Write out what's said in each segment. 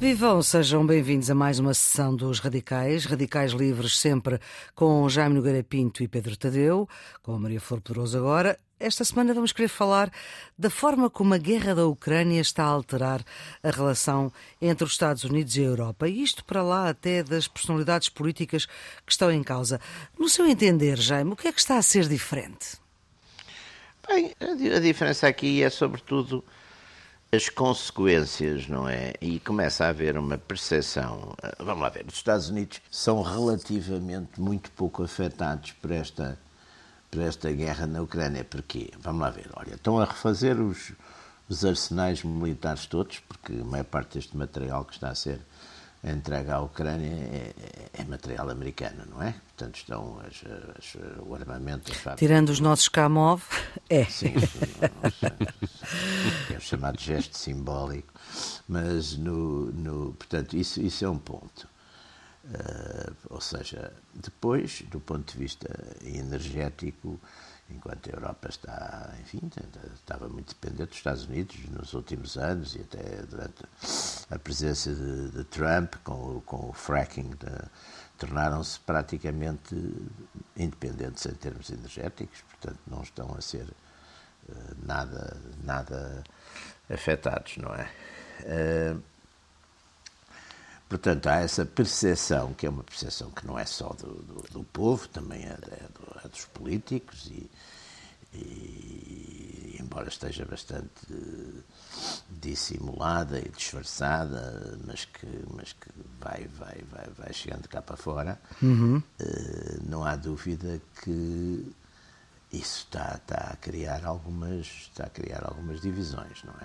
Vivam, sejam bem-vindos a mais uma sessão dos Radicais. Radicais Livres, sempre com Jaime Nogueira Pinto e Pedro Tadeu, com a Maria Flor Pedroso agora. Esta semana vamos querer falar da forma como a guerra da Ucrânia está a alterar a relação entre os Estados Unidos e a Europa. E isto para lá até das personalidades políticas que estão em causa. No seu entender, Jaime, o que é que está a ser diferente? Bem, a diferença aqui é sobretudo as consequências, não é? E começa a haver uma percepção. Vamos lá ver, os Estados Unidos são relativamente muito pouco afetados por esta guerra na Ucrânia. Porquê? Vamos lá ver, olha, estão a refazer os arsenais militares todos, porque a maior parte deste material que está a ser entregue à Ucrânia é material americano, não é? Portanto, estão o armamento... Tirando os nossos Kamov, é. Sim, é o chamado gesto simbólico, mas, portanto, isso é um ponto. Ou seja, depois, do ponto de vista energético, enquanto a Europa estava muito dependente dos Estados Unidos nos últimos anos e até durante a presença de Trump, com o fracking, tornaram-se praticamente independentes em termos energéticos, portanto não estão a ser nada afetados, não é? Portanto, há essa percepção, que é uma percepção que não é só do povo, também é dos políticos e embora esteja bastante dissimulada e disfarçada, mas que vai chegando cá para fora, não há dúvida que isso está a criar algumas divisões, não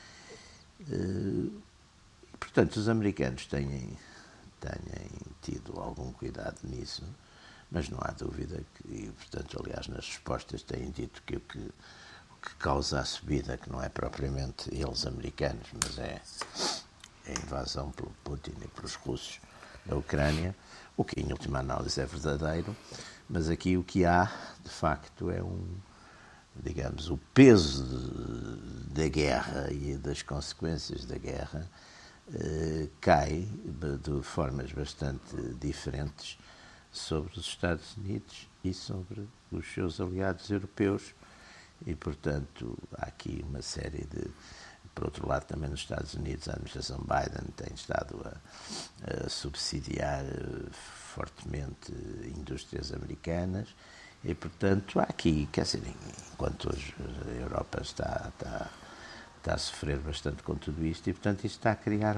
é? Portanto, os americanos têm tido algum cuidado nisso, mas não há dúvida que, portanto, aliás, nas respostas têm dito que o que causa a subida, que não é propriamente eles americanos, mas é a invasão pelo Putin e pelos russos da Ucrânia, o que em última análise é verdadeiro, mas aqui o que há, de facto, é digamos, o peso da guerra e das consequências da guerra cai de formas bastante diferentes sobre os Estados Unidos e sobre os seus aliados europeus e, portanto, há aqui uma série por outro lado, também nos Estados Unidos, a administração Biden tem estado a subsidiar fortemente indústrias americanas e, portanto, há aqui, quer dizer, enquanto hoje a Europa está a sofrer bastante com tudo isto e, portanto, isto está a criar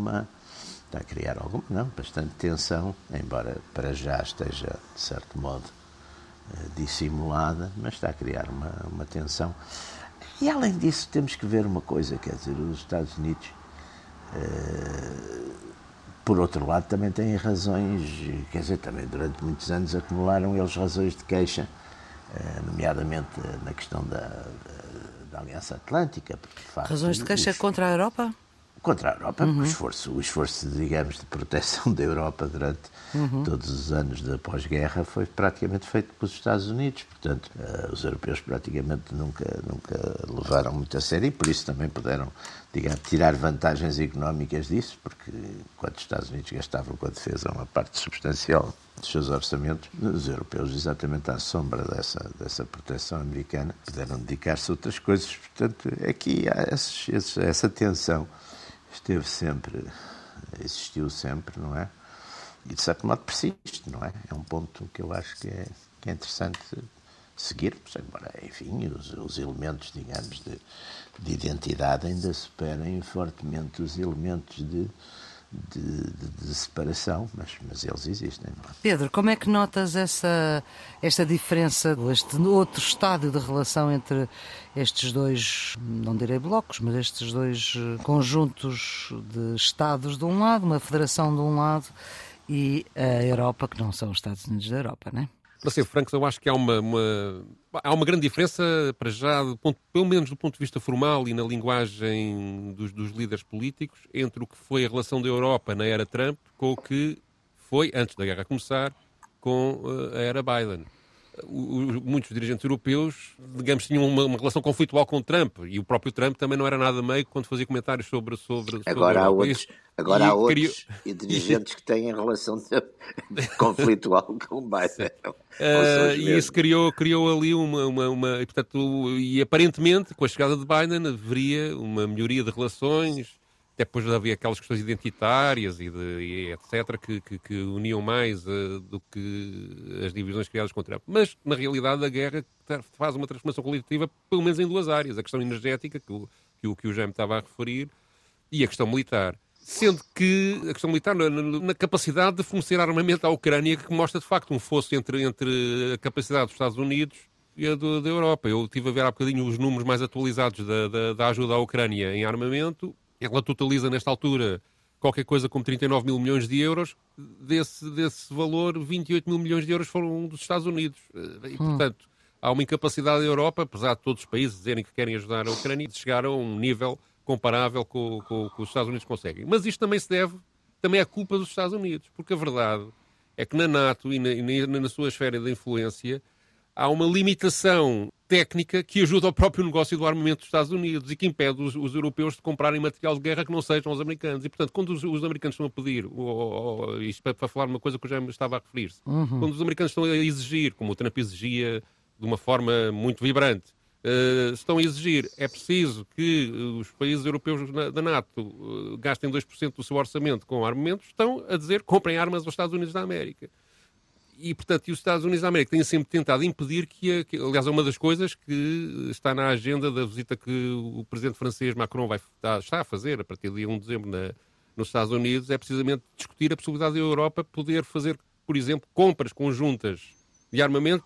bastante tensão, embora para já esteja, de certo modo, dissimulada, mas está a criar uma tensão. E, além disso, temos que ver uma coisa, quer dizer, os Estados Unidos, por outro lado, também têm razões, quer dizer, também durante muitos anos acumularam eles razões de queixa, nomeadamente na questão da Aliança Atlântica. Porque, de facto, razões de queixa contra a Europa? Contra a Europa, porque o esforço, digamos, de proteção da Europa durante todos os anos da pós-guerra foi praticamente feito pelos Estados Unidos. Portanto, os europeus praticamente nunca levaram muito a sério e por isso também puderam, digamos, tirar vantagens económicas disso, porque enquanto os Estados Unidos gastavam com a defesa uma parte substancial dos seus orçamentos, os europeus, exatamente à sombra dessa proteção americana, puderam dedicar-se a outras coisas. Portanto, aqui há essa tensão. Existiu sempre, não é? E de certo modo persiste, não é? É um ponto que eu acho que é interessante seguir, embora, enfim, os elementos, digamos, de identidade ainda superem fortemente os elementos de separação, mas eles existem, não é? Pedro, como é que notas esta diferença, este outro estádio de relação entre estes dois, não direi blocos, mas estes dois conjuntos de Estados de um lado, uma federação de um lado e a Europa, que não são os Estados Unidos da Europa, não é? Para ser franco, eu acho que há uma grande diferença, para já, pelo menos do ponto de vista formal e na linguagem dos líderes políticos, entre o que foi a relação da Europa na era Trump com o que foi, antes da guerra começar, com a era Biden. muitos dirigentes europeus, digamos, tinham uma relação conflitual com o Trump, e o próprio Trump também não era nada meio quando fazia comentários sobre Agora há outros e dirigentes que têm relação conflitual com o Biden. E isso criou ali e, portanto, e aparentemente, com a chegada de Biden, haveria uma melhoria de relações. Até depois havia aquelas questões identitárias e etc., que uniam mais do que as divisões criadas com o Trump. Mas, na realidade, a guerra faz uma transformação qualitativa, pelo menos em duas áreas. A questão energética, que o Jaime estava a referir, e a questão militar. Sendo que a questão militar na capacidade de fornecer armamento à Ucrânia, que mostra, de facto, um fosso entre a capacidade dos Estados Unidos e a da Europa. Eu estive a ver há bocadinho os números mais atualizados da ajuda à Ucrânia em armamento. Ela totaliza, nesta altura, qualquer coisa como 39 mil milhões de euros. Desse valor, 28 mil milhões de euros foram dos Estados Unidos. E, portanto, há uma incapacidade da Europa, apesar de todos os países dizerem que querem ajudar a Ucrânia, de chegar a um nível comparável com o que os Estados Unidos conseguem. Mas isto também se deve, também à culpa dos Estados Unidos, porque a verdade é que na NATO e na sua esfera de influência há uma limitação técnica que ajuda ao próprio negócio do armamento dos Estados Unidos e que impede os europeus de comprarem material de guerra que não sejam os americanos. E, portanto, quando os americanos estão a pedir, isto para falar uma coisa que eu já me estava a referir-se, quando os americanos estão a exigir, como o Trump exigia de uma forma muito vibrante, estão a exigir, é preciso que os países europeus da NATO gastem 2% do seu orçamento com armamentos, estão a dizer comprem armas aos Estados Unidos da América. E, portanto, os Estados Unidos da América têm sempre tentado impedir aliás, é uma das coisas que está na agenda da visita que o presidente francês Macron está a fazer a partir do dia 1 de dezembro nos Estados Unidos, é precisamente discutir a possibilidade da Europa poder fazer, por exemplo, compras conjuntas de armamento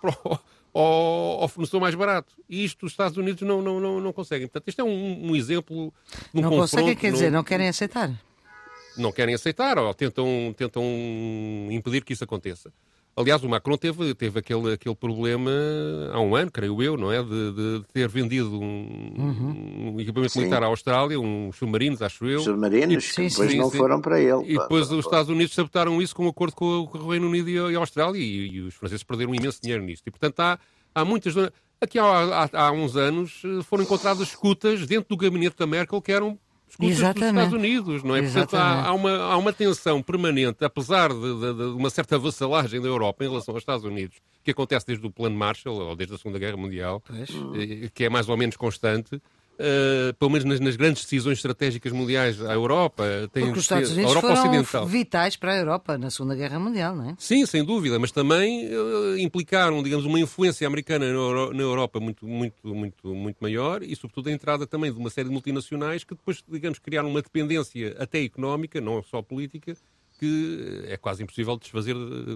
ao fornecedor mais barato. E isto os Estados Unidos não conseguem. Portanto, isto é um exemplo de um não confronto... conseguem, quer dizer, não querem aceitar. Não querem aceitar ou tentam impedir que isso aconteça. Aliás, o Macron teve aquele problema há um ano, creio eu, não é? De ter vendido um equipamento militar à Austrália, uns submarinos, acho eu. Submarinos, que depois não foram para ele. E depois os Estados Unidos sabotaram isso com um acordo com o Reino Unido e a Austrália e os franceses perderam imenso dinheiro nisto. E, portanto, há muitas... Aqui há uns anos foram encontradas escutas dentro do gabinete da Merkel que eram escutas dos Estados Unidos, não é? Portanto, há uma tensão permanente, apesar de uma certa vassalagem da Europa em relação aos Estados Unidos, que acontece desde o Plano Marshall, ou desde a Segunda Guerra Mundial, que é mais ou menos constante, pelo menos nas grandes decisões estratégicas mundiais à Europa. Porque os Estados Unidos foram vitais para a Europa na Segunda Guerra Mundial, não é? Sim, sem dúvida, mas também implicaram, digamos, uma influência americana na Europa muito maior e, sobretudo, a entrada também de uma série de multinacionais que depois, digamos, criaram uma dependência até económica, não só política, que é quase impossível de desfazer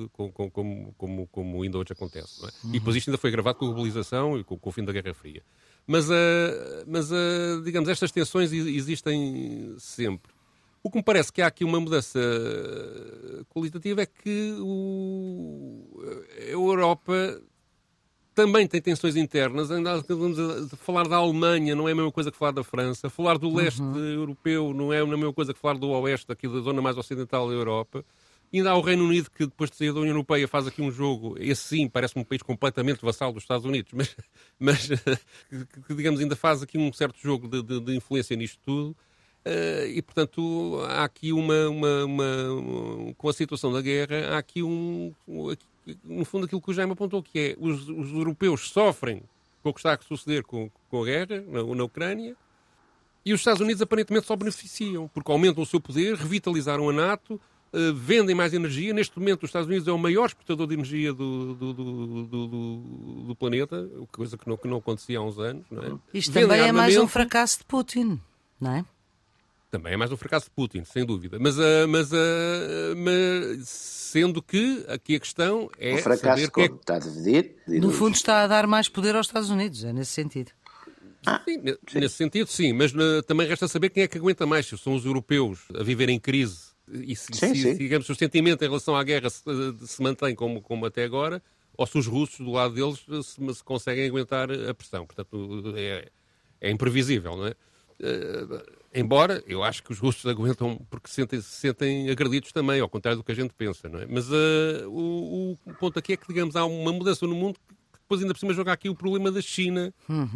como ainda hoje acontece. Não é? E depois isto ainda foi agravado com a globalização e com o fim da Guerra Fria. Mas digamos, estas tensões existem sempre. O que me parece que há aqui uma mudança qualitativa é que a Europa também tem tensões internas. Ainda falar da Alemanha não é a mesma coisa que falar da França. Falar do leste europeu não é a mesma coisa que falar do oeste, aqui da zona mais ocidental da Europa. Ainda há o Reino Unido, que depois de sair da União Europeia faz aqui um jogo, esse sim, parece-me um país completamente vassal dos Estados Unidos, mas que, digamos, ainda faz aqui um certo jogo de influência nisto tudo. E, portanto, há aqui com a situação da guerra, há aqui no fundo, aquilo que o Jaime apontou, que é os europeus sofrem com o que está a suceder com a guerra na Ucrânia, e os Estados Unidos aparentemente só beneficiam, porque aumentam o seu poder, revitalizaram a NATO, vendem mais energia. Neste momento, os Estados Unidos é o maior exportador de energia do planeta, coisa que não acontecia há uns anos. Não é? Isto também é mais um fracasso de Putin, não é? Também é mais um fracasso de Putin, sem dúvida. Mas sendo que aqui a questão é... O fracasso como? Está a dividir? No fundo está a dar mais poder aos Estados Unidos, é nesse sentido. Sim, nesse sentido, sim. Mas também resta saber quem é que aguenta mais. Se são os europeus a viver em crise e digamos, o sentimento em relação à guerra se mantém como até agora, ou se os russos, do lado deles, se conseguem aguentar a pressão. Portanto, é imprevisível, não é? Embora eu acho que os russos aguentam porque se sentem agredidos também, ao contrário do que a gente pensa, não é? Mas o ponto aqui é que, digamos, há uma mudança no mundo depois ainda por cima joga aqui o problema da China,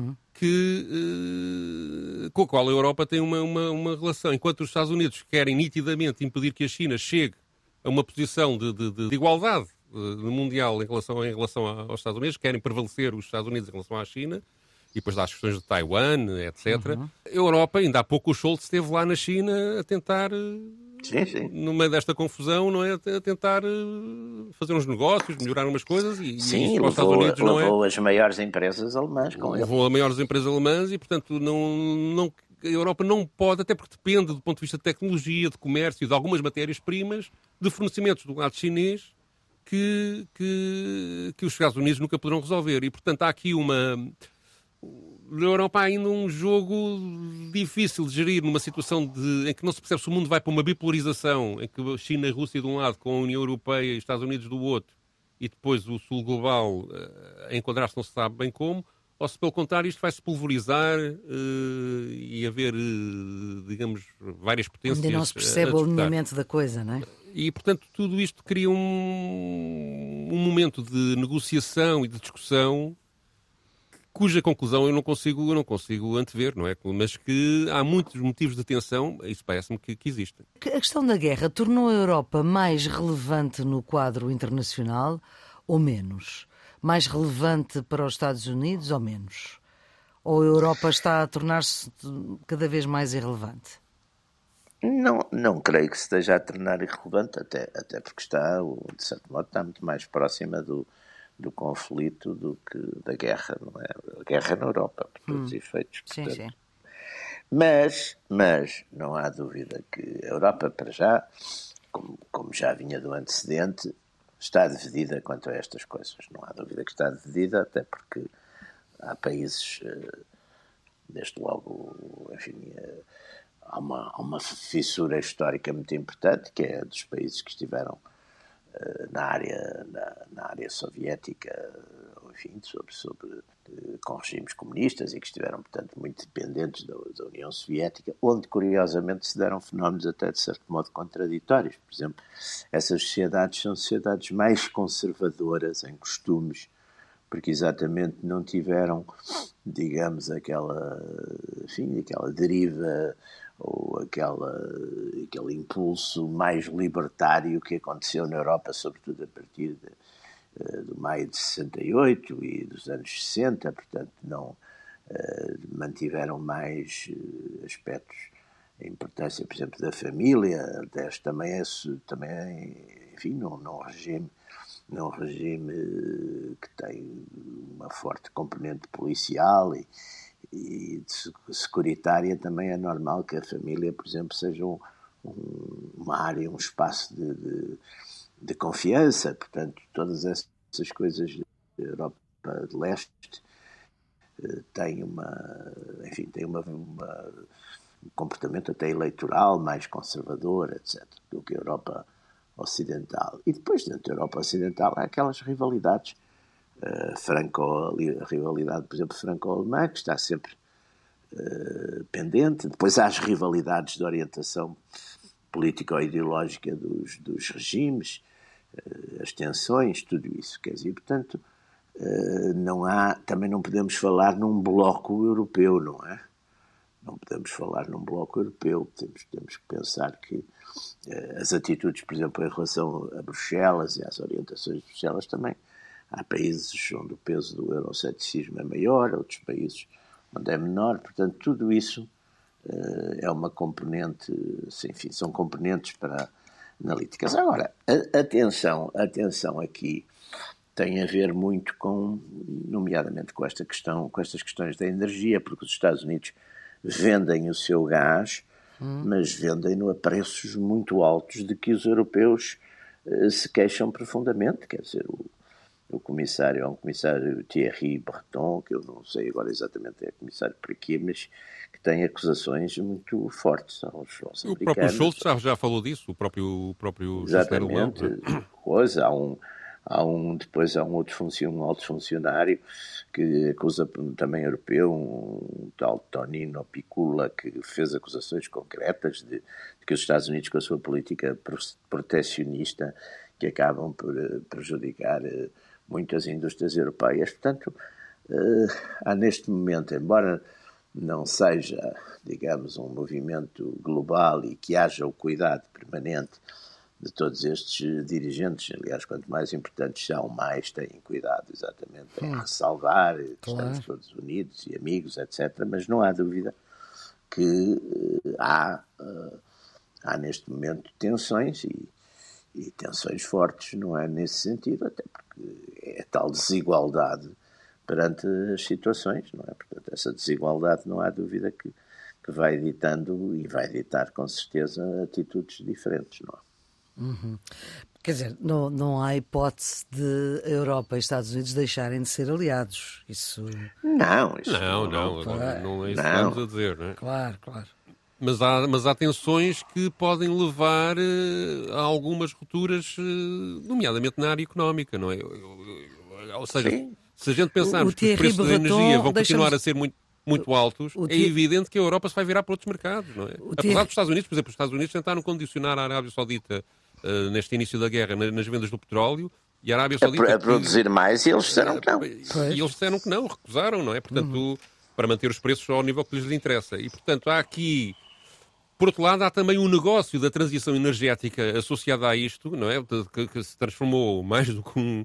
com a qual a Europa tem uma relação. Enquanto os Estados Unidos querem nitidamente impedir que a China chegue a uma posição de igualdade mundial em relação aos Estados Unidos, querem prevalecer os Estados Unidos em relação à China, e depois há as questões de Taiwan, etc. A Europa, ainda há pouco o Scholz esteve lá na China a tentar, no meio desta confusão, não é? A tentar fazer uns negócios, melhorar umas coisas, e sim, isso para os Estados Unidos não é? Levou as maiores empresas alemãs com ele. Levou as maiores empresas alemãs e, portanto, a Europa não pode, até porque depende do ponto de vista de tecnologia, de comércio e de algumas matérias-primas, de fornecimentos do lado chinês que os Estados Unidos nunca poderão resolver. E, portanto, há aqui na Europa há ainda um jogo difícil de gerir, numa situação em que não se percebe se o mundo vai para uma bipolarização, em que China e Rússia de um lado, com a União Europeia e Estados Unidos do outro, e depois o Sul global a enquadrar-se não se sabe bem como, ou se pelo contrário isto vai se pulverizar e haver, digamos, várias potências. Ainda não se percebe o alinhamento da coisa, não é? E, portanto, tudo isto cria um momento de negociação e de discussão cuja conclusão eu não consigo antever, não é? Mas que há muitos motivos de tensão, isso parece-me que existem. A questão da guerra tornou a Europa mais relevante no quadro internacional ou menos? Mais relevante para os Estados Unidos ou menos? Ou a Europa está a tornar-se cada vez mais irrelevante? Não creio que se esteja a tornar irrelevante, até porque de certo modo, está muito mais próxima do conflito do que da guerra, não é? A guerra na Europa, por todos os efeitos. Portanto. Sim. Mas não há dúvida que a Europa, para já, como já vinha do antecedente, está dividida quanto a estas coisas. Não há dúvida que está dividida, até porque há países, desde logo, enfim, há uma fissura histórica muito importante, que é dos países que estiveram na área soviética, enfim, com regimes comunistas e que estiveram, portanto, muito dependentes da União Soviética, onde, curiosamente, se deram fenómenos até, de certo modo, contraditórios. Por exemplo, essas sociedades são sociedades mais conservadoras em costumes, porque exatamente não tiveram, digamos, aquela deriva ou aquele impulso mais libertário que aconteceu na Europa, sobretudo a partir do maio de 68 e dos anos 60, portanto não mantiveram mais aspectos, a importância, por exemplo, da família, até também enfim, num regime que tem uma forte componente policial e securitária. Também é normal que a família, por exemplo, seja uma área, um espaço de confiança. Portanto, todas essas coisas da Europa de Leste têm um comportamento até eleitoral mais conservador, etc., do que a Europa Ocidental. E depois, dentro da Europa Ocidental, há aquelas rivalidades, a rivalidade, por exemplo, franco-alemã, que está sempre pendente. Depois há as rivalidades de orientação político-ideológica dos regimes, as tensões, tudo isso. Quer dizer, portanto, também não podemos falar num bloco europeu, não é? Não podemos falar num bloco europeu. Temos que pensar que as atitudes, por exemplo, em relação a Bruxelas e às orientações de Bruxelas também. Há países onde o peso do euroceticismo é maior, outros países onde é menor. Portanto, tudo isso é uma componente, enfim, são componentes para analíticas. Agora, a atenção aqui tem a ver muito nomeadamente com estas questões da energia, porque os Estados Unidos vendem o seu gás, mas vendem-no a preços muito altos, de que os europeus se queixam profundamente. Quer dizer, o comissário é um comissário Thierry Breton, que eu não sei agora exatamente é comissário para quê, mas que tem acusações muito fortes aos americanos. O próprio Scholz já falou disso, o próprio exatamente. Há um alto funcionário que acusa também europeu, um tal Tonino Picula, que fez acusações concretas de que os Estados Unidos, com a sua política protecionista, que acabam por prejudicar muitas indústrias europeias. Portanto, há neste momento, embora não seja, digamos, um movimento global e que haja o cuidado permanente de todos estes dirigentes, aliás, quanto mais importantes são, mais têm cuidado exatamente em ressalvar que estamos todos unidos e amigos, etc. Mas não há dúvida que há neste momento tensões e tensões fortes, não é nesse sentido, até porque é tal desigualdade perante as situações, não é? Portanto, essa desigualdade não há dúvida que vai ditando e vai ditar com certeza atitudes diferentes, não é? Uhum. Quer dizer, não há hipótese de a Europa e Estados Unidos deixarem de ser aliados. Isso... Não, não é isso que vamos a dizer, não é? Claro. Mas há tensões que podem levar a algumas rupturas, nomeadamente na área económica, não é? Ou seja, sim. Se a gente pensarmos que os preços da energia vão continuar a ser muito altos, é evidente que a Europa se vai virar para outros mercados, não é? Apesar dos Estados Unidos, por exemplo, os Estados Unidos tentaram condicionar a Arábia Saudita neste início da guerra nas vendas do petróleo, e a Arábia Saudita... A produzir mais, e eles disseram que não. E eles disseram que não, recusaram, não é? Portanto, para manter os preços ao nível que lhes interessa. E, portanto, há aqui... Por outro lado, há também um negócio da transição energética associado a isto, não é? Que se transformou mais do que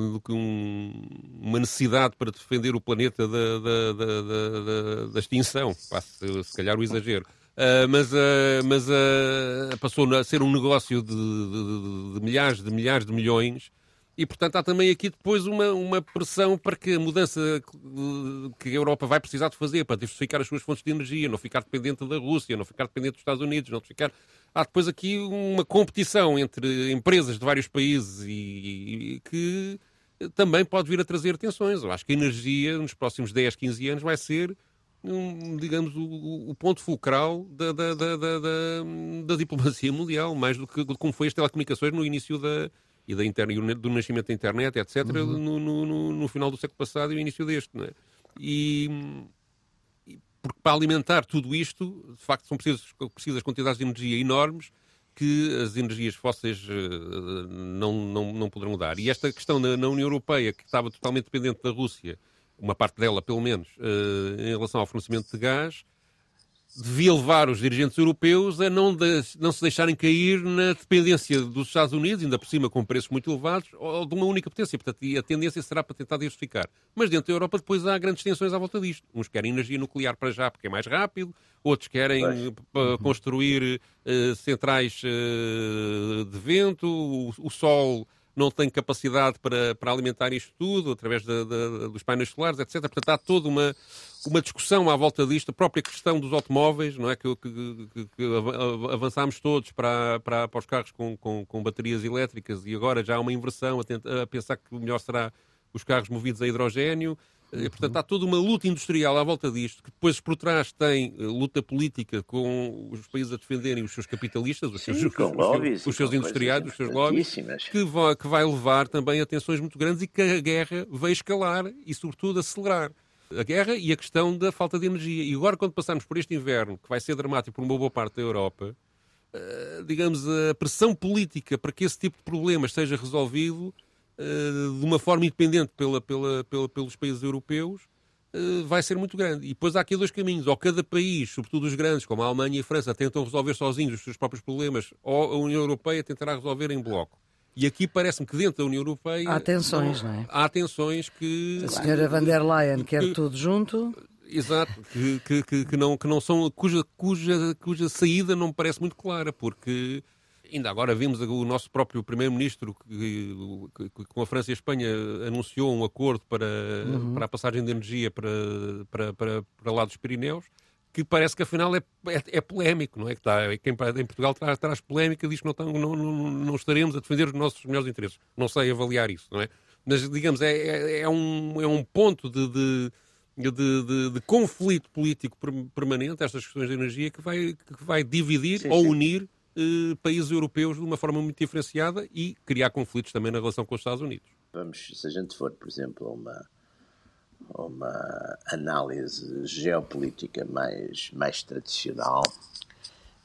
uma necessidade para defender o planeta da extinção. Se calhar o exagero. Mas passou a ser um negócio de milhares de milhões, e, portanto, há também aqui depois uma pressão para que a mudança que a Europa vai precisar de fazer para diversificar as suas fontes de energia, não ficar dependente da Rússia, não ficar dependente dos Estados Unidos, não ficar... Há depois aqui uma competição entre empresas de vários países e que também pode vir a trazer tensões. Eu acho que a energia, nos próximos 10, 15 anos, vai ser, digamos, o ponto fulcral da diplomacia mundial, mais do que como foi as telecomunicações no início do nascimento da internet, etc., no final do século passado e o início deste, não é? Porque para alimentar tudo isto, de facto, são precisas quantidades de energia enormes que as energias fósseis não poderão dar. E esta questão na União Europeia, que estava totalmente dependente da Rússia, uma parte dela, pelo menos, em relação ao fornecimento de gás, devia levar os dirigentes europeus a não se deixarem cair na dependência dos Estados Unidos, ainda por cima com preços muito elevados, ou de uma única potência. Portanto, a tendência será para tentar diversificar. Mas dentro da Europa depois há grandes tensões à volta disto. Uns querem energia nuclear para já porque é mais rápido, outros querem construir centrais de vento, o sol não tem capacidade para alimentar isto tudo, através dos painéis solares, etc. Portanto, há toda uma discussão à volta disto, a própria questão dos automóveis, não é? Que avançámos todos para os carros com baterias elétricas, e agora já há uma inversão a pensar que o melhor será os carros movidos a hidrogénio. Portanto, há toda uma luta industrial à volta disto, que depois por trás tem luta política com os países a defenderem os seus capitalistas, os seus industriais, os seus lobbies, que vai levar também a tensões muito grandes e que a guerra vai escalar e, sobretudo, acelerar. A guerra e a questão da falta de energia. E agora, quando passarmos por este inverno, que vai ser dramático por uma boa parte da Europa, digamos, a pressão política para que esse tipo de problemas seja resolvido de uma forma independente pelos países europeus, vai ser muito grande. E depois há aqui dois caminhos. Ou cada país, sobretudo os grandes, como a Alemanha e a França, tentam resolver sozinhos os seus próprios problemas, ou a União Europeia tentará resolver em bloco. E aqui parece-me que dentro da União Europeia... Há tensões, não é? Há tensões que... A senhora von der Leyen quer tudo junto... Exato, que não são... Cuja saída não me parece muito clara, porque... Ainda agora vimos o nosso próprio Primeiro-Ministro, que com a França e a Espanha anunciou um acordo para a passagem de energia para lá dos Pirineus, que parece que afinal é polémico, não é? Quem em Portugal traz polémica, diz que não estaremos a defender os nossos melhores interesses. Não sei avaliar isso, não é? Mas, digamos, é um ponto de conflito político permanente, estas questões de energia, que vai dividir ou unir países europeus de uma forma muito diferenciada e criar conflitos também na relação com os Estados Unidos. Se a gente for, por exemplo, a uma análise geopolítica mais tradicional,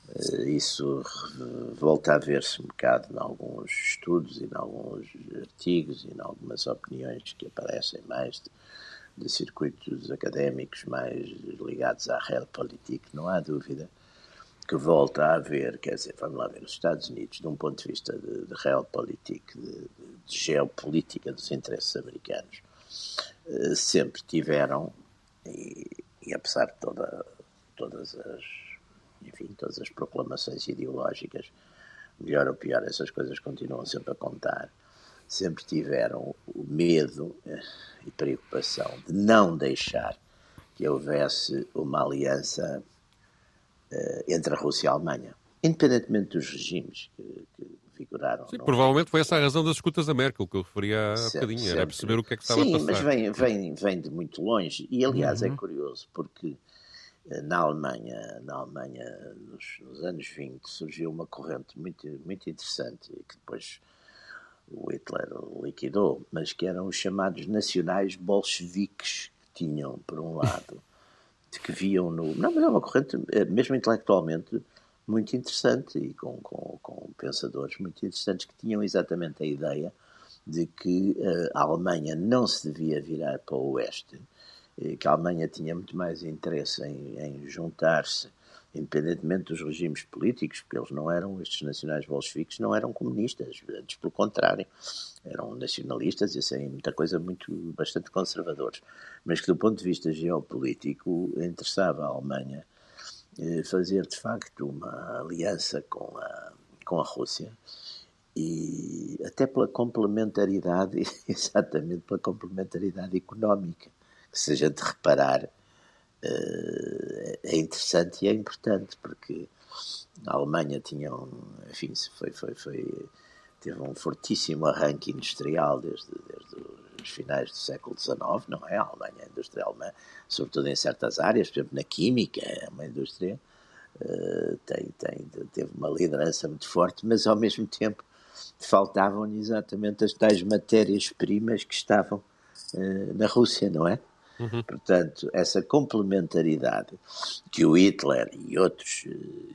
Isso volta a ver-se um bocado em alguns estudos e em alguns artigos e em algumas opiniões que aparecem mais de circuitos académicos mais ligados à realpolitik. Não há dúvida que volta a haver, quer dizer, vamos lá ver, os Estados Unidos, de um ponto de vista de realpolitik, de geopolítica dos interesses americanos, sempre tiveram, e apesar de todas as proclamações ideológicas, melhor ou pior, essas coisas continuam sempre a contar, sempre tiveram o medo e preocupação de não deixar que houvesse uma aliança entre a Rússia e a Alemanha, independentemente dos regimes que vigoraram. Sim, provavelmente foi essa a razão das escutas a Merkel, que eu referia há bocadinho, era perceber o que é que estava a passar. Sim, mas vem de muito longe, e aliás é curioso, porque na Alemanha nos anos 20, surgiu uma corrente muito, muito interessante, que depois o Hitler liquidou, mas que eram os chamados nacionais bolcheviques, que tinham, por um lado, que viam no... Não, mas é uma corrente, mesmo intelectualmente, muito interessante e com pensadores muito interessantes que tinham exatamente a ideia de que a Alemanha não se devia virar para o oeste, que a Alemanha tinha muito mais interesse em juntar-se, independentemente dos regimes políticos, porque eles não eram, estes nacionais bolcheviques, não eram comunistas, antes pelo contrário, eram nacionalistas e assim, muita coisa bastante conservadores, mas que do ponto de vista geopolítico interessava à Alemanha fazer de facto uma aliança com a Rússia, e até pela complementaridade, exatamente pela complementaridade económica, que se a gente reparar é interessante e é importante, porque a Alemanha teve um fortíssimo arranque industrial desde os finais do século XIX, não é? A Alemanha, a indústria alemã, sobretudo em certas áreas, por exemplo, na química, é uma indústria, teve uma liderança muito forte, mas ao mesmo tempo faltavam-lhe exatamente as tais matérias-primas que estavam na Rússia, não é? Portanto, essa complementaridade que o Hitler e outros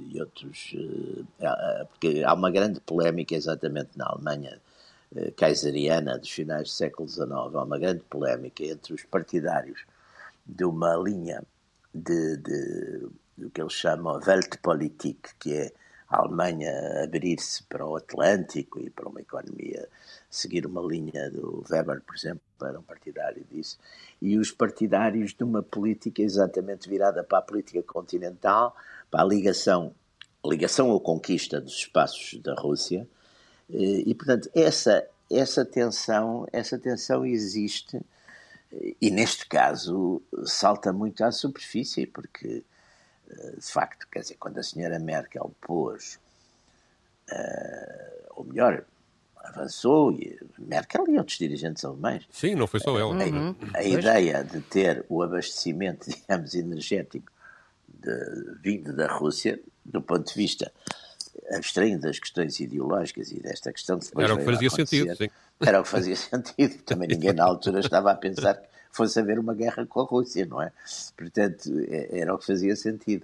porque há uma grande polémica exatamente na Alemanha kaiseriana dos finais do século XIX, há uma grande polémica entre os partidários de uma linha do que eles chamam Weltpolitik, que é a Alemanha abrir-se para o Atlântico e para uma economia, seguir uma linha do Weber, por exemplo, era um partidário disso, e os partidários de uma política exatamente virada para a política continental, para a ligação ou conquista dos espaços da Rússia, e portanto essa tensão existe, e neste caso salta muito à superfície, porque de facto, quer dizer, quando a senhora Merkel pôs, ou melhor, avançou, e Merkel e outros dirigentes alemães. Sim, não foi só ela. A ideia de ter o abastecimento, digamos, energético vindo da Rússia, do ponto de vista abstraindo das questões ideológicas e desta questão que depois era o que fazia sentido, sim. Era o que fazia sentido. Também ninguém na altura estava a pensar que fosse haver uma guerra com a Rússia, não é? Portanto, era o que fazia sentido.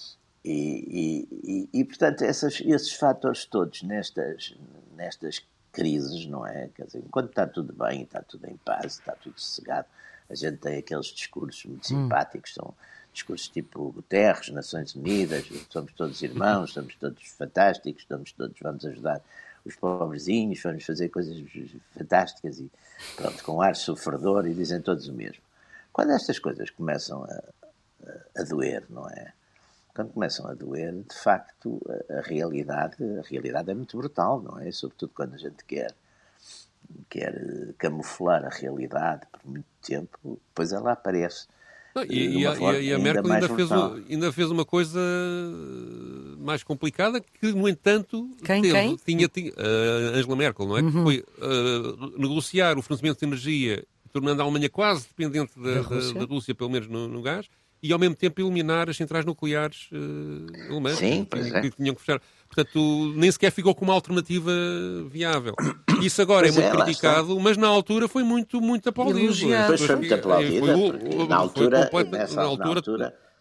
E portanto, esses fatores todos nestas crises, não é? Quer dizer, enquanto está tudo bem, está tudo em paz, está tudo sossegado, a gente tem aqueles discursos muito simpáticos, são discursos tipo Guterres, Nações Unidas, somos todos irmãos, somos todos fantásticos, vamos ajudar os pobrezinhos, vamos fazer coisas fantásticas e pronto, com ar sofredor, e dizem todos o mesmo. Quando estas coisas começam a doer, não é? Quando começam a doer, de facto, a realidade é muito brutal, não é? Sobretudo quando a gente quer camuflar a realidade por muito tempo, depois ela aparece. E a Merkel ainda fez uma coisa mais complicada que, no entanto, tinha Angela Merkel, não é? Que foi negociar o fornecimento de energia, tornando a Alemanha quase dependente da Rússia, pelo menos no gás, e ao mesmo tempo eliminar as centrais nucleares alemãs que tinham que fechar. Portanto, nem sequer ficou com uma alternativa viável. Isso agora é muito criticado, mas na altura foi muito, muito aplaudido. Pois foi muito aplaudido. Na altura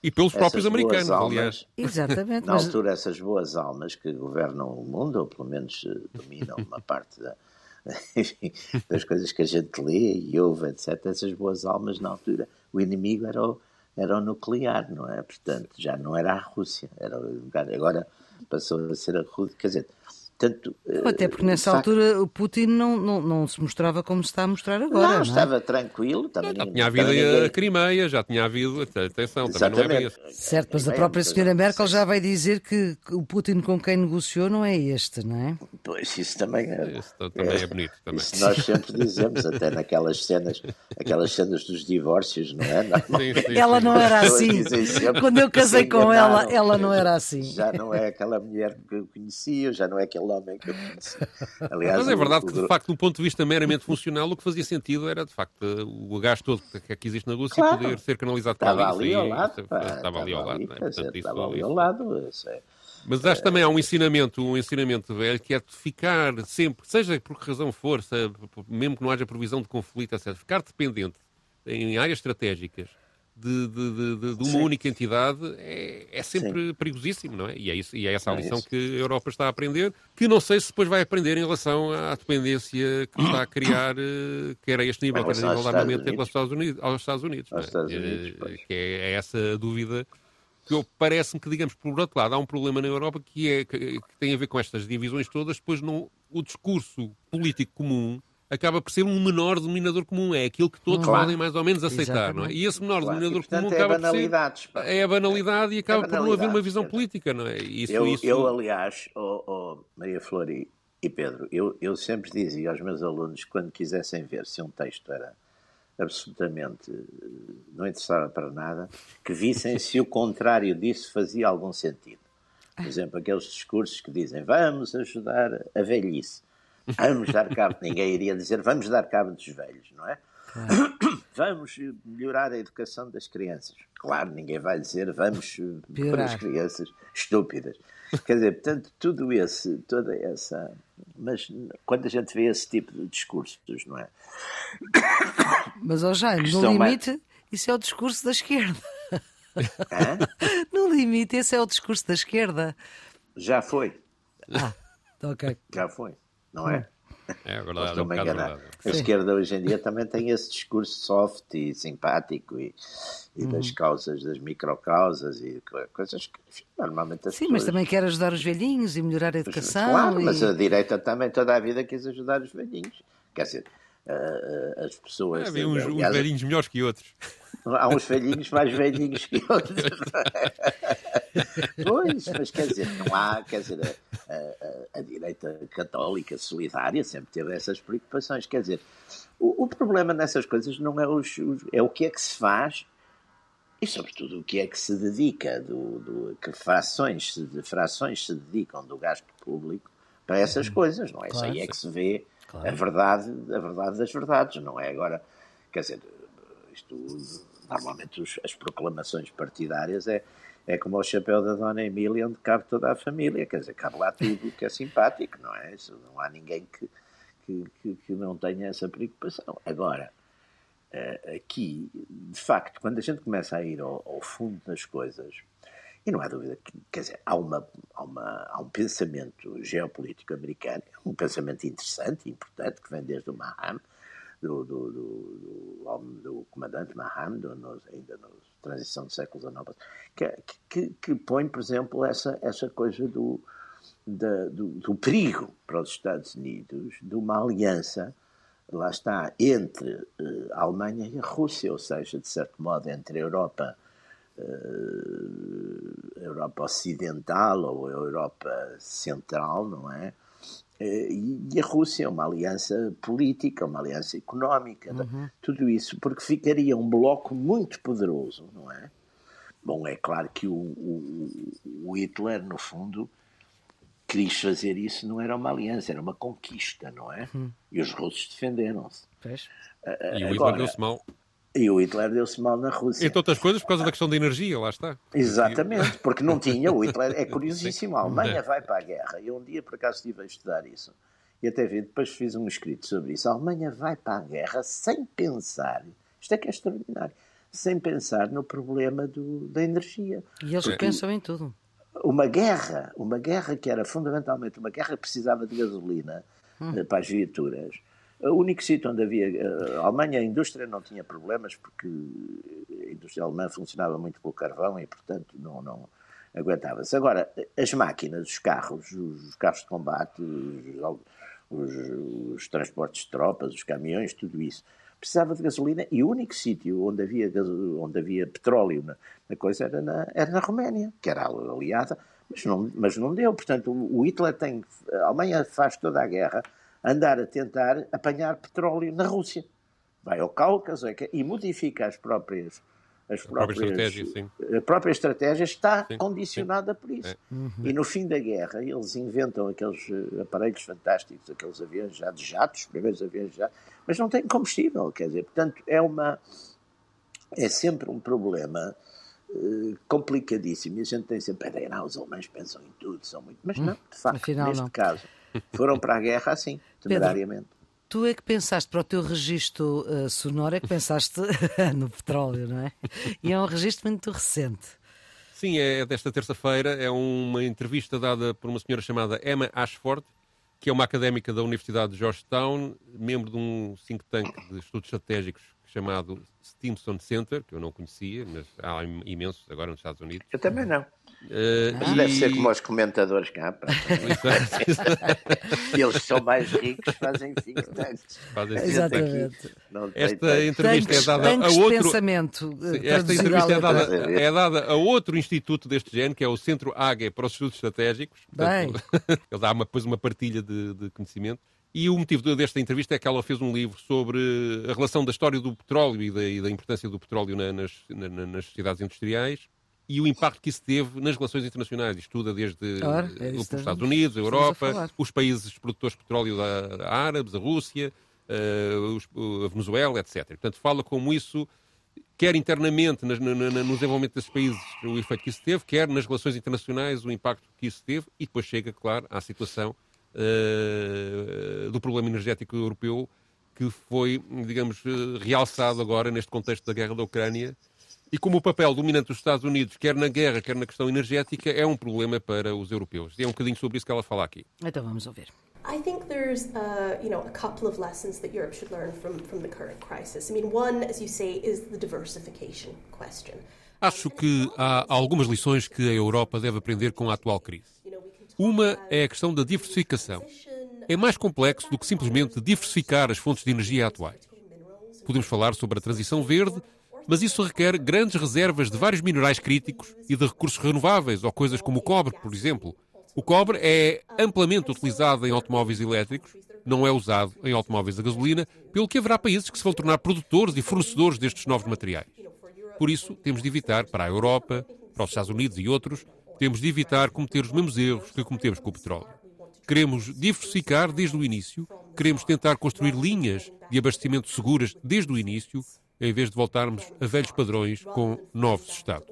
E pelos próprios essas americanos, boas aliás. almas, Exatamente. na altura, essas boas almas que governam o mundo, ou pelo menos dominam uma parte enfim, das coisas que a gente lê e ouve, etc., essas boas almas, na altura, o inimigo era o nuclear, não é? Portanto, já não era a Rússia, agora passou a ser a Rússia, quer dizer, tanto... Até porque nessa altura o Putin não se mostrava como se está a mostrar agora, não é? Estava tranquilo. Já tinha havido a Crimeia, já tinha havido... Atenção, também não é bem assim. Certo, mas a própria senhora Merkel já vai dizer que o Putin com quem negociou não é este, não é? Pois, isso também é bonito. Também. Isso nós sempre dizemos, até naquelas cenas dos divórcios, não é? Sim. Ela não era assim. Quando eu casei com ela não era assim. Já não é aquela mulher que eu conhecia, já não é aquele homem que eu conhecia. Aliás, mas é verdade que, de facto, do ponto de vista meramente funcional, o que fazia sentido era, de facto, o gás todo que existe na Rússia poder ser canalizado para ali. Estava ali ao lado. Estava ali ao lado. Mas acho também há um ensinamento velho, que é de ficar sempre, seja por que razão for, mesmo que não haja previsão de conflito, etc., ficar dependente em áreas estratégicas de uma única entidade é sempre perigosíssimo, não é? E é essa a lição que a Europa está a aprender, que não sei se depois vai aprender em relação à dependência que está a criar, quer a este nível, quer a nível de armamento, em relação aos Estados Unidos. Que é essa dúvida que parece-me que, digamos, por outro lado, há um problema na Europa que tem a ver com estas divisões todas, depois o discurso político comum acaba por ser um menor denominador comum. É aquilo que todos podem mais ou menos aceitar, não é? E esse menor denominador comum acaba por ser... É a banalidade e acaba por não haver uma visão política, não é? Eu aliás, Maria Flor e Pedro, eu sempre dizia aos meus alunos, quando quisessem ver se um texto era absolutamente não interessava para nada, que vissem se o contrário disso fazia algum sentido. Por exemplo, aqueles discursos que dizem vamos ajudar a velhice. Vamos dar cabo, ninguém iria dizer vamos dar cabo dos velhos, não é? Vamos melhorar a educação das crianças. Claro, ninguém vai dizer vamos pôr as crianças estúpidas. Quer dizer, portanto, toda essa... Mas quando a gente vê esse tipo de discursos, não é? Mas, Jaime, no limite, isso é o discurso da esquerda. No limite, esse é o discurso da esquerda. Já foi. Ok. Já foi, não é? É verdade, A esquerda hoje em dia também tem esse discurso soft e simpático e das causas, das microcausas e coisas que normalmente as pessoas... mas também quer ajudar os velhinhos e melhorar a educação. Claro, mas a direita também toda a vida quis ajudar os velhinhos. Quer dizer, as pessoas... Havia uns velhinhos melhores que outros. Há uns velhinhos mais velhinhos que outros. Pois, mas quer dizer, não há... Quer dizer, a direita católica solidária sempre teve essas preocupações. Quer dizer, o problema nessas coisas não é é o que é que se faz e, sobretudo, o que é que se dedica, que frações se dedicam do gasto público para essas coisas, não é? Claro. Isso aí é que se vê a verdade das verdades, não é? Agora, quer dizer, normalmente as proclamações partidárias é como o chapéu da Dona Emília, onde cabe toda a família, quer dizer, cabe lá tudo que é simpático, não é? Isso, não há ninguém que não tenha essa preocupação. Agora, aqui, de facto, quando a gente começa a ir ao fundo das coisas, e não há dúvida que, quer dizer, há um pensamento geopolítico americano, um pensamento interessante e importante, que vem desde o Maham, do comandante Maham, ainda na transição do século XIX, que põe, por exemplo, essa coisa do perigo para os Estados Unidos de uma aliança, lá está, entre a Alemanha e a Rússia, ou seja, de certo modo, entre a Europa Ocidental ou a Europa Central, não é? E a Rússia, uma aliança política, uma aliança económica, tudo isso, porque ficaria um bloco muito poderoso, não é? Bom, é claro que o Hitler, no fundo, quis fazer isso, não era uma aliança, era uma conquista, não é? E os russos defenderam-se. E o Hitler deu-se mal. E o Hitler deu-se mal na Rússia. Entre outras coisas, por causa da questão da energia, lá está. Exatamente, porque não tinha. O Hitler é curiosíssimo. A Alemanha vai para a guerra. Eu um dia, por acaso, estive a estudar isso. E até depois fiz um escrito sobre isso. A Alemanha vai para a guerra sem pensar. Isto é que é extraordinário. sem pensar no problema da energia. E eles pensam em tudo. Uma guerra que era fundamentalmente uma guerra que precisava de gasolina para as viaturas. O único sítio onde havia... A Alemanha, a indústria não tinha problemas porque a indústria alemã funcionava muito pelo carvão e, portanto, não aguentava-se. Agora, as máquinas, os carros de combate, os transportes de tropas, os caminhões, tudo isso, precisava de gasolina e o único sítio onde havia petróleo na coisa era na Roménia, que era aliada, mas não deu. Portanto, o Hitler a Alemanha faz toda a guerra andar a tentar apanhar petróleo na Rússia. Vai ao Cáucaso e modifica a própria estratégia está condicionada por isso. E no fim da guerra eles inventam aqueles aparelhos fantásticos, aqueles aviões já de jatos, os primeiros aviões de jatos, mas não têm combustível, quer dizer, portanto é sempre um problema complicadíssimo e a gente tem sempre a ideia, os alemães pensam em tudo, são muito, mas não, de facto, afinal, neste não. caso, foram para a guerra assim, temerariamente. Tu é que pensaste, para o teu registro sonoro, é que pensaste no petróleo, não é? E é um registro muito recente. Sim, é desta terça-feira. É uma entrevista dada por uma senhora chamada Emma Ashford, que é uma académica da Universidade de Georgetown, membro de um think tank de estudos estratégicos chamado Stimson Center, que eu não conhecia, mas há imensos agora nos Estados Unidos. Eu também não. Mas deve ser como os comentadores cá. Eles são mais ricos, fazem think tanks. Exatamente. Esta entrevista é dada a outro... Esta entrevista é dada a outro instituto deste género, que é o Centro AGE para os Estudos Estratégicos. Portanto, ele dá depois uma partilha de conhecimento. E o motivo desta entrevista é que ela fez um livro sobre a relação da história do petróleo e da importância do petróleo nas sociedades industriais e o impacto que isso teve nas relações internacionais. Estuda desde os Estados Unidos, a Europa, os países produtores de petróleo árabes, a Rússia, a Venezuela, etc. Portanto, fala como isso, quer internamente no desenvolvimento desses países, o efeito que isso teve, quer nas relações internacionais, o impacto que isso teve, e depois chega, claro, à situação do problema energético europeu que foi, digamos, realçado agora neste contexto da guerra da Ucrânia e como o papel dominante dos Estados Unidos, quer na guerra, quer na questão energética, é um problema para os europeus. E é um bocadinho sobre isso que ela fala aqui. Então vamos ouvir. I think there's, a couple of lessons that Europe should learn from the current crisis. I mean, one, as you say, is the diversification question. Acho que há algumas lições que a Europa deve aprender com a atual crise. Uma é a questão da diversificação. É mais complexo do que simplesmente diversificar as fontes de energia atuais. Podemos falar sobre a transição verde, mas isso requer grandes reservas de vários minerais críticos e de recursos renováveis, ou coisas como o cobre, por exemplo. O cobre é amplamente utilizado em automóveis elétricos, não é usado em automóveis a gasolina, pelo que haverá países que se vão tornar produtores e fornecedores destes novos materiais. Por isso, temos de evitar, para a Europa, para os Estados Unidos e outros, temos de evitar cometer os mesmos erros que cometemos com o petróleo. Queremos diversificar desde o início, queremos tentar construir linhas de abastecimento seguras desde o início, em vez de voltarmos a velhos padrões com novos Estados.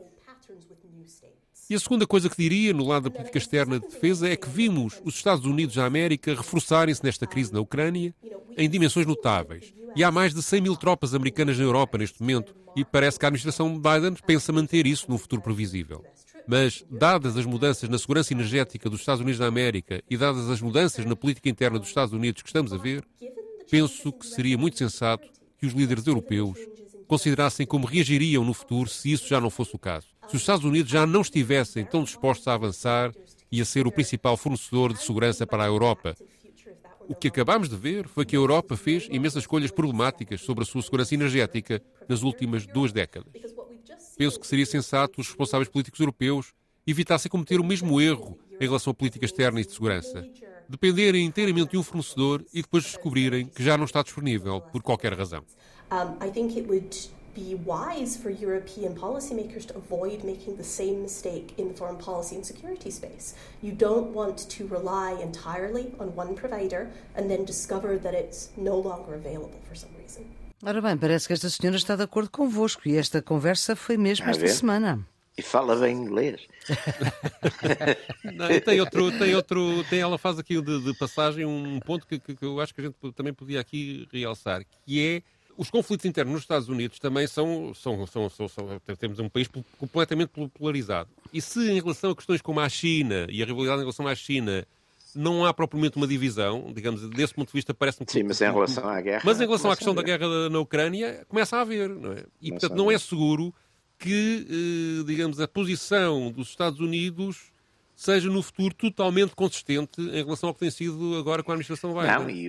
E a segunda coisa que diria, no lado da política externa de defesa, é que vimos os Estados Unidos da América reforçarem-se nesta crise na Ucrânia em dimensões notáveis. E há mais de 100 mil tropas americanas na Europa neste momento, e parece que a administração Biden pensa manter isso num futuro previsível. Mas, dadas as mudanças na segurança energética dos Estados Unidos da América e dadas as mudanças na política interna dos Estados Unidos que estamos a ver, penso que seria muito sensato que os líderes europeus considerassem como reagiriam no futuro se isso já não fosse o caso. Se os Estados Unidos já não estivessem tão dispostos a avançar e a ser o principal fornecedor de segurança para a Europa. O que acabámos de ver foi que a Europa fez imensas escolhas problemáticas sobre a sua segurança energética nas últimas 2 décadas. Penso que seria sensato os responsáveis políticos europeus evitassem cometer o mesmo erro em relação à política externa e de segurança. Dependerem inteiramente de um fornecedor e depois descobrirem que já não está disponível por qualquer razão. I think it would be wise for European policymakers to avoid making the same mistake in the foreign policy and security space. You don't want to rely entirely on one provider and then discover that it's no longer available for some reason. Ora bem, parece que esta senhora está de acordo convosco e esta conversa foi mesmo esta semana. E fala bem inglês. Não, ela faz aqui de passagem um ponto que eu acho que a gente também podia aqui realçar, que é os conflitos internos nos Estados Unidos também temos um país completamente polarizado. E se em relação a questões como a China e a rivalidade em relação à China não há propriamente uma divisão, digamos, desse ponto de vista parece-me que... Sim, mas em relação à guerra... Mas em relação à questão da guerra na Ucrânia, começa a haver, não é? E, portanto, não é seguro que, digamos, a posição dos Estados Unidos seja no futuro totalmente consistente em relação ao que tem sido agora com a administração Biden.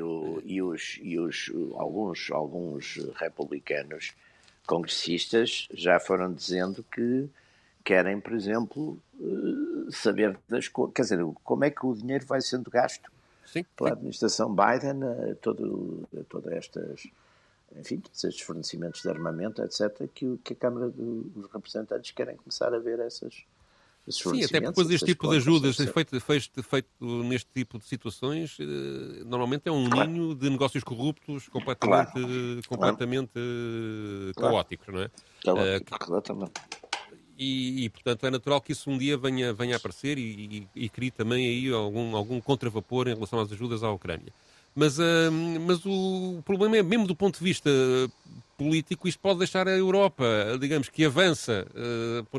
Não, alguns republicanos congressistas já foram dizendo que querem, por exemplo, saber quer dizer, como é que o dinheiro vai sendo gasto pela administração Biden, todas estas, enfim, estes fornecimentos de armamento, etc., que a Câmara dos Representantes querem começar a ver esses Sim, até porque depois este tipo de ajudas feito neste tipo de situações, normalmente é um ninho de negócios corruptos completamente caóticos, não é? Exatamente. E, portanto, é natural que isso um dia venha a aparecer e crie também aí algum contravapor em relação às ajudas à Ucrânia. Mas o problema é, mesmo do ponto de vista político, isto pode deixar a Europa, digamos, que avança por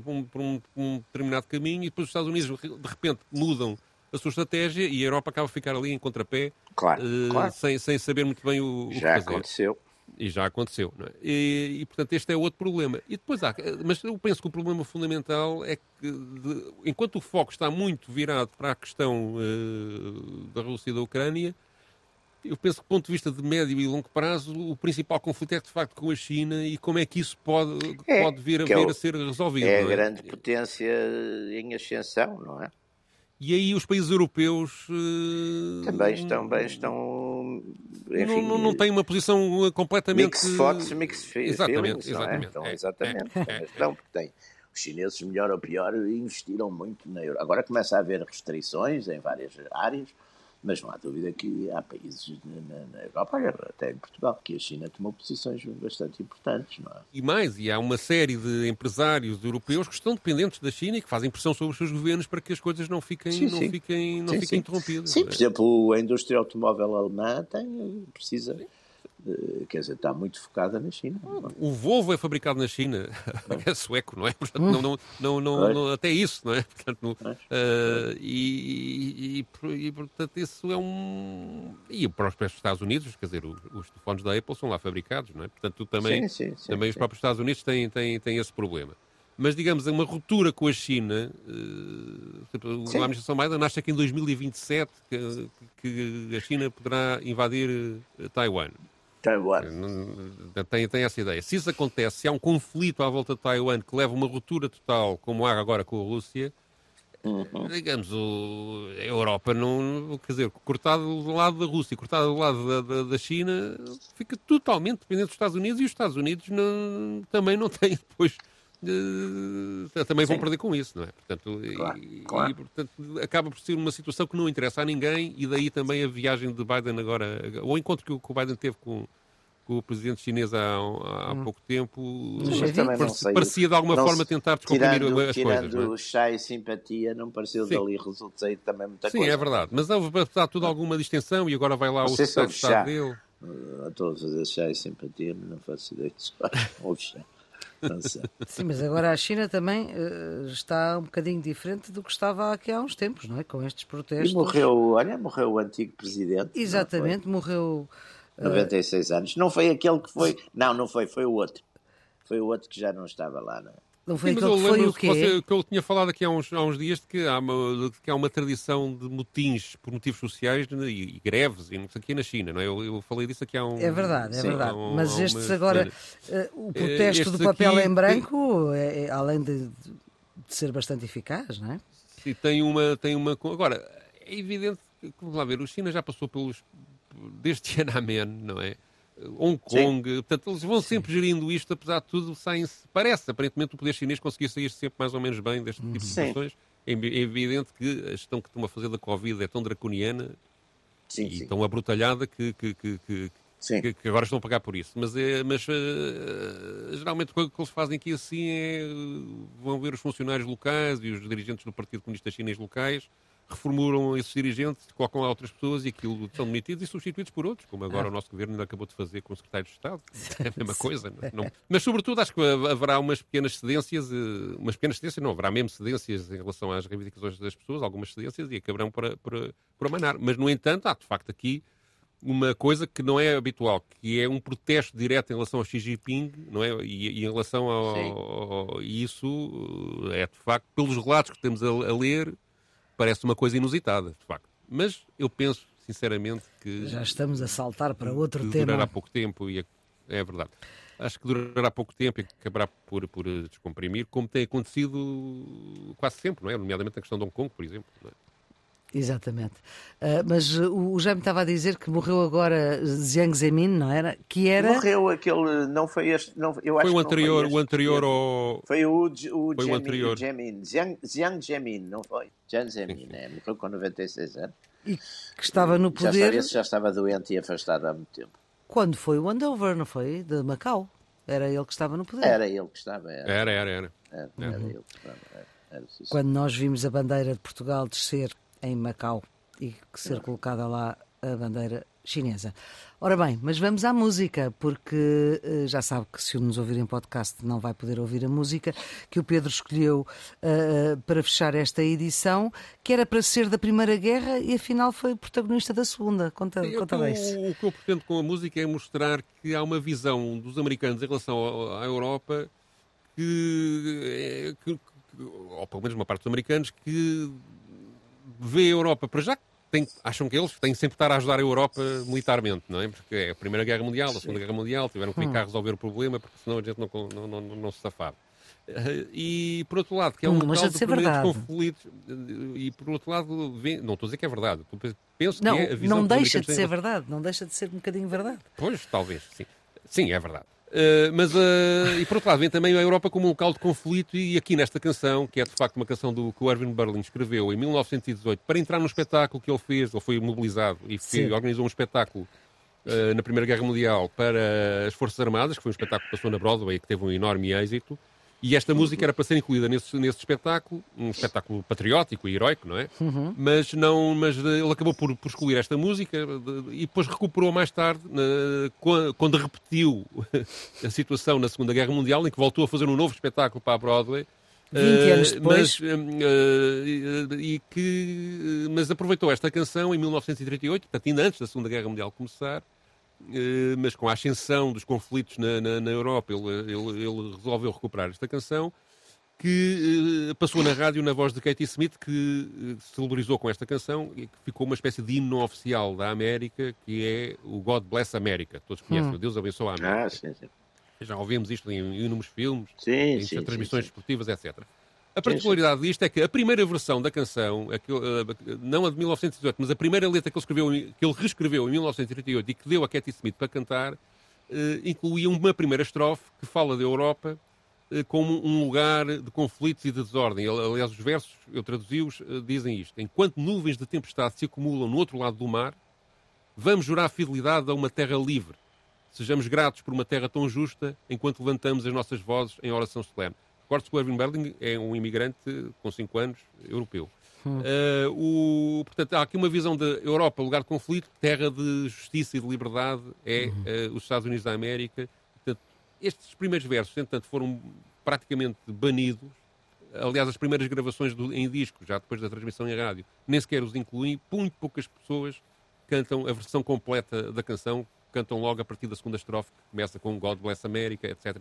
um determinado caminho e depois os Estados Unidos, de repente, mudam a sua estratégia e a Europa acaba a ficar ali em contrapé, claro. Sem saber muito bem o que fazer. Aconteceu. E já aconteceu, não é? E, portanto, este é outro problema. E depois mas eu penso que o problema fundamental é que, enquanto o foco está muito virado para a questão da Rússia e da Ucrânia, eu penso que, do ponto de vista de médio e longo prazo, o principal conflito é, de facto, com a China e como é que isso pode vir a ser resolvido. É a grande potência em ascensão, não é? E aí os países europeus também estão enfim, não têm uma posição completamente... Mixed feelings, não é? Então, exatamente. Estão, porque tem os chineses, melhor ou pior, investiram muito na Europa. Agora começa a haver restrições em várias áreas, mas não há dúvida que há países na Europa, até em Portugal, que a China tomou posições bastante importantes, não é? E há uma série de empresários europeus que estão dependentes da China e que fazem pressão sobre os seus governos para que as coisas não fiquem interrompidas. Sim, por exemplo, a indústria automóvel alemã precisa... Quer dizer, está muito focada na China. O Volvo é fabricado na China, é sueco, não é? Portanto, não, até isso, não é? Portanto, portanto, isso é um... E para os Estados Unidos, quer dizer, os telefones da Apple são lá fabricados, não é? Portanto, também os próprios Estados Unidos têm esse problema. Mas, digamos, uma ruptura com a China, a administração Biden acha que em 2027 que a China poderá invadir Taiwan. Tem essa ideia. Se isso acontece, se há um conflito à volta de Taiwan que leva a uma ruptura total, como há agora com a Rússia, digamos, a Europa não, quer dizer, cortado do lado da Rússia, cortado do lado da China, fica totalmente dependente dos Estados Unidos e os Estados Unidos também não têm depois... também vão perder com isso, não é? Portanto, claro. Portanto, acaba por ser uma situação que não interessa a ninguém e daí também a viagem de Biden agora, o encontro que o Biden teve com o presidente chinês há pouco tempo, parecia de alguma forma tentar descomprimir as coisas. Tirando o chá e simpatia, não pareceu dali resultar também muita coisa. Sim, é verdade, mas houve apesar de tudo alguma distensão e agora vai lá o secretário de Estado dele. Estou a fazer chá e simpatia, mas não faço ideia de chá. Sim, mas agora a China também está um bocadinho diferente do que estava aqui há uns tempos, não é? Com estes protestos. E morreu o antigo presidente. Exatamente, morreu... 96 anos. Não foi aquele que foi... Não foi o outro. Foi o outro que já não estava lá, não é? Não foi aquele que foi o quê? Que eu tinha falado aqui há uns dias de que há uma tradição de motins por motivos sociais e greves e não sei o quê na China, não é? Eu falei disso aqui há um... É verdade. Mas estes agora, o protesto do papel em branco, além de ser bastante eficaz, não é? Sim, tem uma... Agora, é evidente que, vamos lá ver, a China já passou desde Tiananmen, não é? Hong Kong, portanto, eles vão sempre gerindo isto, apesar de tudo, parece, aparentemente, o poder chinês conseguia sair sempre mais ou menos bem deste tipo de situações. É evidente que a gestão que estão a fazer da Covid é tão draconiana e tão abrutalhada que agora estão a pagar por isso. Mas geralmente o que eles fazem aqui assim vão ver os funcionários locais e os dirigentes do Partido Comunista Chinês locais, reformulam esses dirigentes, colocam lá outras pessoas e aquilo são demitidos e substituídos por outros, como agora o nosso governo ainda acabou de fazer com o secretário de Estado. É a mesma coisa. Não. Mas, sobretudo, acho que haverá umas pequenas cedências, não, haverá mesmo cedências em relação às reivindicações das pessoas, algumas cedências, e acabarão por amanar. Mas, no entanto, há de facto aqui uma coisa que não é habitual, que é um protesto direto em relação ao Xi Jinping, não é? E em relação ao isso é, de facto, pelos relatos que temos a ler, parece uma coisa inusitada, de facto. Mas eu penso, sinceramente, que... Já estamos a saltar para outro que tema. Durará pouco tempo e é verdade. Acho que durará pouco tempo e acabará por descomprimir, como tem acontecido quase sempre, não é? Nomeadamente na questão de Hong Kong, por exemplo. Não é? Exatamente. Mas o Jaime estava a dizer que morreu agora Jiang Zemin, não era? Que era... Morreu aquele, não foi este, não, eu acho foi o que anterior, não foi este, o anterior ao... Foi o foi o anterior. Jiang Zemin, não foi? Jiang Zemin, morreu com 96 anos. E que estava no poder... Esse já estava doente e afastado há muito tempo. Quando foi o handover, não foi? De Macau. Era ele que estava no poder. Era ele que estava. Era. Era ele que estava. Quando nós vimos a bandeira de Portugal descer em Macau e ser colocada lá a bandeira chinesa. Ora bem, mas vamos à música, porque já sabe que se o nos ouvir em podcast não vai poder ouvir a música que o Pedro escolheu para fechar esta edição, que era para ser da Primeira Guerra e afinal foi protagonista da Segunda. Conta isso. O que eu pretendo com a música é mostrar que há uma visão dos americanos em relação à Europa que ou pelo menos uma parte dos americanos, que vê a Europa, para já, acham que eles têm que sempre estar a ajudar a Europa militarmente, não é? Porque é a Primeira Guerra Mundial, a Segunda Guerra Mundial, tiveram que ficar a resolver o problema, porque senão a gente não se safava. E, por outro lado, que é um local de permanentes conflitos, e, por outro lado, não estou a dizer que é verdade, penso que é a visão não deixa de ser verdade, não deixa de ser um bocadinho verdade. Pois, talvez, sim. Sim, é verdade. E por outro lado, vem também a Europa como um local de conflito, e aqui nesta canção, que é de facto uma canção que o Irving Berlin escreveu em 1918, para entrar num espetáculo que ele fez, ele foi mobilizado e organizou um espetáculo na Primeira Guerra Mundial para as Forças Armadas, que foi um espetáculo que passou na Broadway e que teve um enorme êxito, e esta música era para ser incluída nesse espetáculo, um espetáculo patriótico e heroico, não é? Uhum. Mas ele acabou por escolher esta música e depois recuperou mais tarde, quando repetiu a situação na Segunda Guerra Mundial, em que voltou a fazer um novo espetáculo para a Broadway. 20 anos depois. Mas aproveitou esta canção em 1938, portanto, ainda antes da Segunda Guerra Mundial começar, mas com a ascensão dos conflitos na Europa, ele resolveu recuperar esta canção, que passou na rádio na voz de Katie Smith, que se celebrizou com esta canção e que ficou uma espécie de hino oficial da América, que é o God Bless America. Todos conhecem, o Deus abençoe a América. Sim. Já ouvimos isto em inúmeros filmes, em transmissões esportivas, etc. A particularidade disto é que a primeira versão da canção, não a de 1918, mas a primeira letra que ele reescreveu em 1938 e que deu a Katie Smith para cantar, incluía uma primeira estrofe que fala da Europa como um lugar de conflitos e de desordem. Aliás, os versos, eu traduzi-os, dizem isto: enquanto nuvens de tempestade se acumulam no outro lado do mar, vamos jurar fidelidade a uma terra livre. Sejamos gratos por uma terra tão justa, enquanto levantamos as nossas vozes em oração solene. Recordo-se que o Irving Berlin é um imigrante com 5 anos, europeu. Portanto, há aqui uma visão da Europa, lugar de conflito, terra de justiça e de liberdade, os Estados Unidos da América. Portanto, estes primeiros versos, entretanto, foram praticamente banidos. Aliás, as primeiras gravações em disco, já depois da transmissão em rádio, nem sequer os incluem. Muito poucas pessoas cantam a versão completa da canção, cantam logo a partir da segunda estrofe, que começa com God Bless America, etc.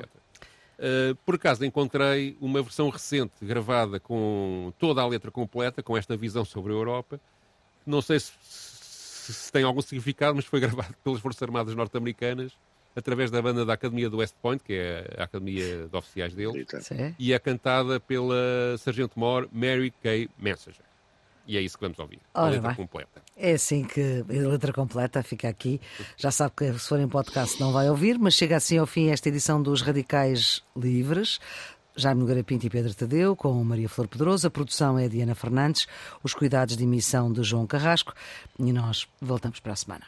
Por acaso encontrei uma versão recente, gravada com toda a letra completa, com esta visão sobre a Europa. Não sei se tem algum significado, mas foi gravado pelas Forças Armadas norte-americanas, através da banda da Academia do West Point, que é a academia de oficiais deles, e é cantada pela Sargento-Mor Mary Kay Messenger. E é isso que vamos ouvir, a letra completa. É assim que a letra completa fica aqui. Já sabe que se for em podcast não vai ouvir, mas chega assim ao fim esta edição dos Radicais Livres. Jaime Nogueira Pinto e Pedro Tadeu, com Maria Flor Pedroso. A produção é de Ana Fernandes, os cuidados de emissão de João Carrasco. E nós voltamos para a semana.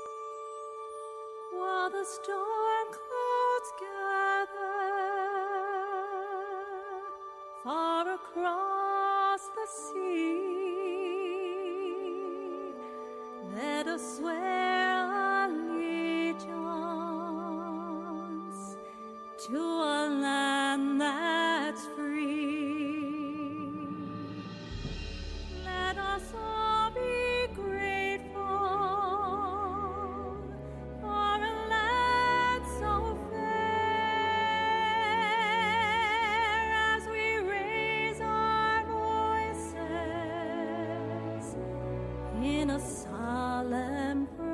While the storm clouds gather let us swear allegiance to a land that's free. Let us all be grateful for a land so fair as we raise our voices in a solemn prayer.